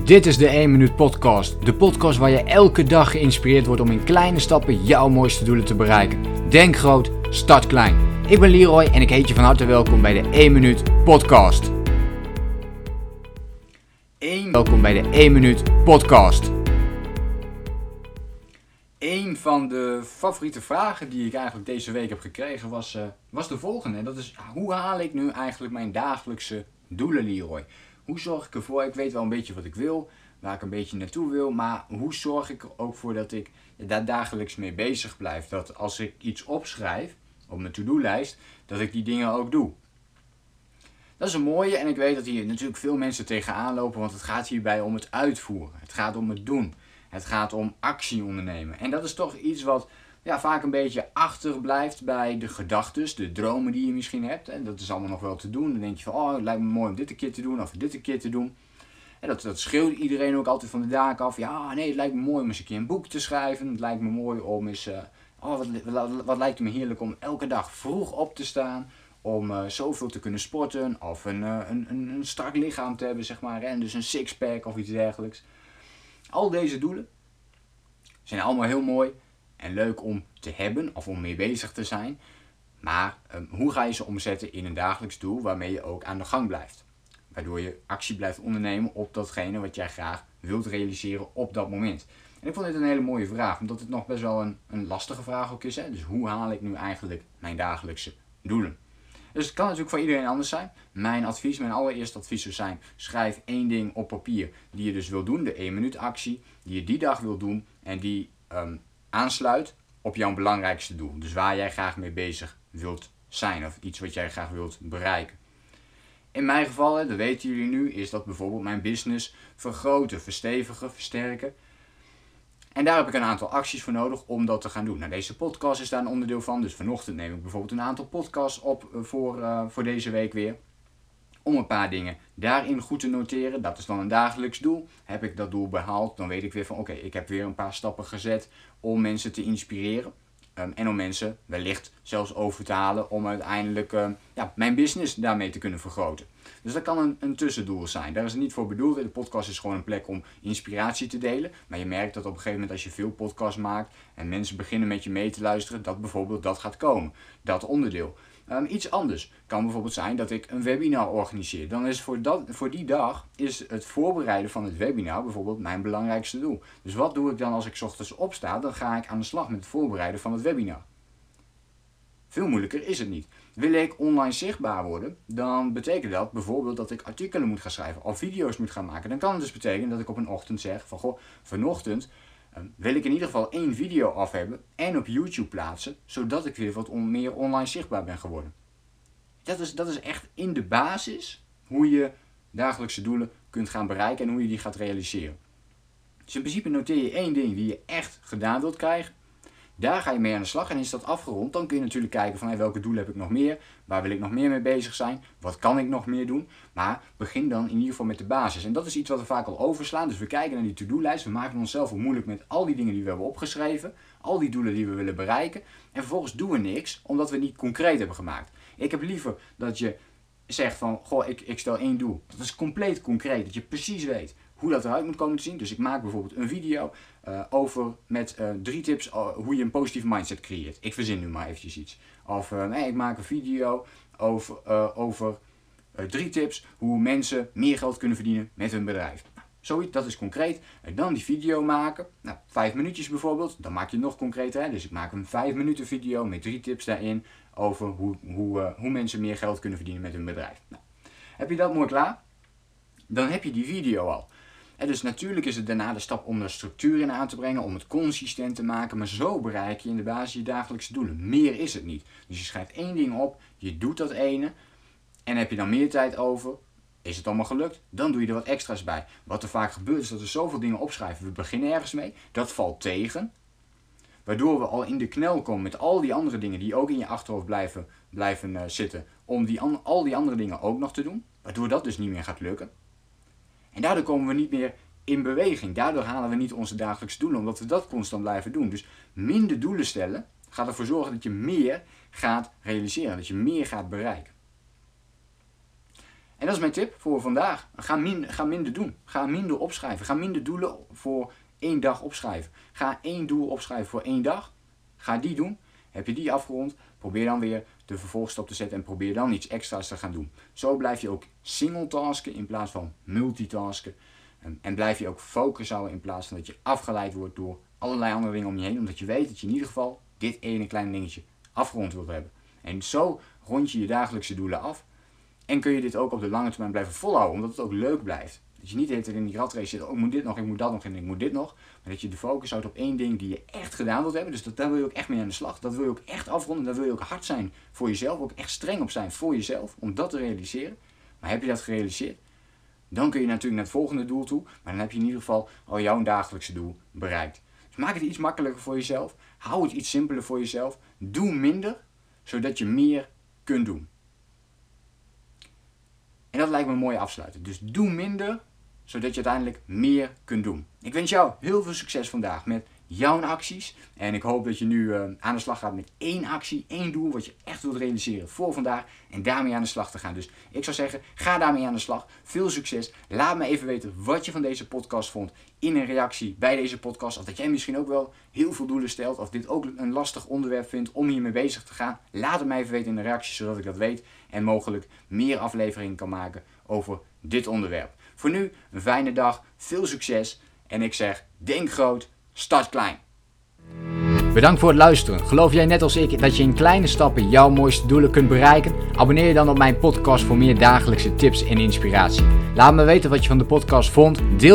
Dit is de 1 Minuut Podcast. De podcast waar je elke dag geïnspireerd wordt om in kleine stappen jouw mooiste doelen te bereiken. Denk groot, start klein. Ik ben Leroy en ik heet je van harte welkom bij de 1 Minuut Podcast. Welkom bij de 1 Minuut Podcast. Een van de favoriete vragen die ik eigenlijk deze week heb gekregen was de volgende. En dat is, hoe haal ik nu eigenlijk mijn dagelijkse doelen, Leroy? Hoe zorg ik ervoor? Ik weet wel een beetje wat ik wil, waar ik een beetje naartoe wil. Maar hoe zorg ik er ook voor dat ik daar dagelijks mee bezig blijf? Dat als ik iets opschrijf op mijn to-do-lijst, dat ik die dingen ook doe. Dat is een mooie en ik weet dat hier natuurlijk veel mensen tegenaan lopen, want het gaat hierbij om het uitvoeren. Het gaat om het doen. Het gaat om actie ondernemen. En dat is toch iets wat vaak een beetje achterblijft bij de gedachtes, de dromen die je misschien hebt. En dat is allemaal nog wel te doen. Dan denk je van, het lijkt me mooi om dit een keer te doen of dit een keer te doen. En dat schreeuwt iedereen ook altijd van de daken af. Ja, nee, het lijkt me mooi om eens een keer een boek te schrijven. Het lijkt me mooi om eens, wat lijkt het me heerlijk om elke dag vroeg op te staan. Om zoveel te kunnen sporten of een strak lichaam te hebben, zeg maar. En dus een sixpack of iets dergelijks. Al deze doelen zijn allemaal heel mooi en leuk om te hebben of om mee bezig te zijn. Maar hoe ga je ze omzetten in een dagelijks doel waarmee je ook aan de gang blijft? Waardoor je actie blijft ondernemen op datgene wat jij graag wilt realiseren op dat moment. En ik vond dit een hele mooie vraag, omdat het nog best wel een lastige vraag ook is. Hè? Dus hoe haal ik nu eigenlijk mijn dagelijkse doelen? Dus het kan natuurlijk voor iedereen anders zijn. Mijn allereerste advies zou zijn, schrijf 1 ding op papier die je dus wil doen. De 1 minuut actie die je die dag wil doen en die aansluit op jouw belangrijkste doel. Dus waar jij graag mee bezig wilt zijn of iets wat jij graag wilt bereiken. In mijn geval, dat weten jullie nu, is dat bijvoorbeeld mijn business vergroten, verstevigen, versterken. En daar heb ik een aantal acties voor nodig om dat te gaan doen. Nou, deze podcast is daar een onderdeel van. Dus vanochtend neem ik bijvoorbeeld een aantal podcasts op voor deze week weer. Om een paar dingen daarin goed te noteren. Dat is dan een dagelijks doel. Heb ik dat doel behaald, dan weet ik weer van oké, ik heb weer een paar stappen gezet om mensen te inspireren. En om mensen wellicht zelfs over te halen om uiteindelijk mijn business daarmee te kunnen vergroten. Dus dat kan een tussendoel zijn. Daar is het niet voor bedoeld. De podcast is gewoon een plek om inspiratie te delen. Maar je merkt dat op een gegeven moment als je veel podcasts maakt en mensen beginnen met je mee te luisteren, dat bijvoorbeeld dat gaat komen. Dat onderdeel. Iets anders kan bijvoorbeeld zijn dat ik een webinar organiseer. Dan is voor die dag is het voorbereiden van het webinar bijvoorbeeld mijn belangrijkste doel. Dus wat doe ik dan als ik 's ochtends opsta? Dan ga ik aan de slag met het voorbereiden van het webinar. Veel moeilijker is het niet. Wil ik online zichtbaar worden, dan betekent dat bijvoorbeeld dat ik artikelen moet gaan schrijven of video's moet gaan maken. Dan kan het dus betekenen dat ik op een ochtend zeg van vanochtend wil ik in ieder geval 1 video af hebben en op YouTube plaatsen, zodat ik weer wat meer online zichtbaar ben geworden. Dat is echt in de basis hoe je dagelijkse doelen kunt gaan bereiken en hoe je die gaat realiseren. Dus in principe noteer je 1 ding die je echt gedaan wilt krijgen. Daar ga je mee aan de slag en is dat afgerond, dan kun je natuurlijk kijken van welke doelen heb ik nog meer, waar wil ik nog meer mee bezig zijn, wat kan ik nog meer doen. Maar begin dan in ieder geval met de basis. En dat is iets wat we vaak al overslaan, dus we kijken naar die to-do-lijst, we maken onszelf al moeilijk met al die dingen die we hebben opgeschreven, al die doelen die we willen bereiken en vervolgens doen we niks omdat we het niet concreet hebben gemaakt. Ik heb liever dat je zegt van, ik stel 1 doel, dat is compleet concreet, dat je precies weet hoe dat eruit moet komen te zien. Dus ik maak bijvoorbeeld een video met 3 tips hoe je een positieve mindset creëert. Ik verzin nu maar eventjes iets. Of ik maak een video over 3 tips hoe mensen meer geld kunnen verdienen met hun bedrijf. Zoiets, dat is concreet. En dan die video maken. 5 minuutjes bijvoorbeeld. Dan maak je het nog concreter. Hè? Dus ik maak een 5 minuten video met 3 tips daarin over hoe mensen meer geld kunnen verdienen met hun bedrijf. Heb je dat mooi klaar? Dan heb je die video al. En dus natuurlijk is het daarna de stap om er structuur in aan te brengen, om het consistent te maken, maar zo bereik je in de basis je dagelijkse doelen. Meer is het niet. Dus je schrijft 1 ding op, je doet dat ene en heb je dan meer tijd over, is het allemaal gelukt, dan doe je er wat extra's bij. Wat er vaak gebeurt is dat we zoveel dingen opschrijven, we beginnen ergens mee, dat valt tegen, waardoor we al in de knel komen met al die andere dingen die ook in je achterhoofd blijven zitten, om al die andere dingen ook nog te doen, waardoor dat dus niet meer gaat lukken. En daardoor komen we niet meer in beweging. Daardoor halen we niet onze dagelijkse doelen, omdat we dat constant blijven doen. Dus minder doelen stellen gaat ervoor zorgen dat je meer gaat realiseren, dat je meer gaat bereiken. En dat is mijn tip voor vandaag. Ga minder doen. Ga minder opschrijven. Ga minder doelen voor 1 dag opschrijven. Ga 1 doel opschrijven voor 1 dag. Ga die doen. Heb je die afgerond, probeer dan weer de vervolgstap te zetten en probeer dan iets extra's te gaan doen. Zo blijf je ook singletasken in plaats van multitasken. En blijf je ook focus houden in plaats van dat je afgeleid wordt door allerlei andere dingen om je heen. Omdat je weet dat je in ieder geval dit ene kleine dingetje afgerond wilt hebben. En zo rond je je dagelijkse doelen af. En kun je dit ook op de lange termijn blijven volhouden, omdat het ook leuk blijft. Dat je niet de hele tijd in die ratrace zit, ik moet dit nog, ik moet dat nog en ik moet dit nog. Maar dat je de focus houdt op 1 ding die je echt gedaan wilt hebben. Dus daar wil je ook echt mee aan de slag. Dat wil je ook echt afronden. Daar wil je ook hard zijn voor jezelf. Ook echt streng op zijn voor jezelf. Om dat te realiseren. Maar heb je dat gerealiseerd? Dan kun je natuurlijk naar het volgende doel toe. Maar dan heb je in ieder geval al jouw dagelijkse doel bereikt. Dus maak het iets makkelijker voor jezelf. Hou het iets simpeler voor jezelf. Doe minder, zodat je meer kunt doen. En dat lijkt me een mooie afsluiter. Dus doe minder, zodat je uiteindelijk meer kunt doen. Ik wens jou heel veel succes vandaag met jouw acties. En ik hoop dat je nu aan de slag gaat met 1 actie, 1 doel wat je echt wilt realiseren voor vandaag. En daarmee aan de slag te gaan. Dus ik zou zeggen, ga daarmee aan de slag. Veel succes. Laat me even weten wat je van deze podcast vond in een reactie bij deze podcast. Of dat jij misschien ook wel heel veel doelen stelt. Of dit ook een lastig onderwerp vindt om hiermee bezig te gaan. Laat het mij even weten in de reacties, zodat ik dat weet. En mogelijk meer afleveringen kan maken over dit onderwerp. Voor nu, een fijne dag. Veel succes. En ik zeg, denk groot, start klein. Bedankt voor het luisteren. Geloof jij net als ik dat je in kleine stappen jouw mooiste doelen kunt bereiken? Abonneer je dan op mijn podcast voor meer dagelijkse tips en inspiratie. Laat me weten wat je van de podcast vond. Deel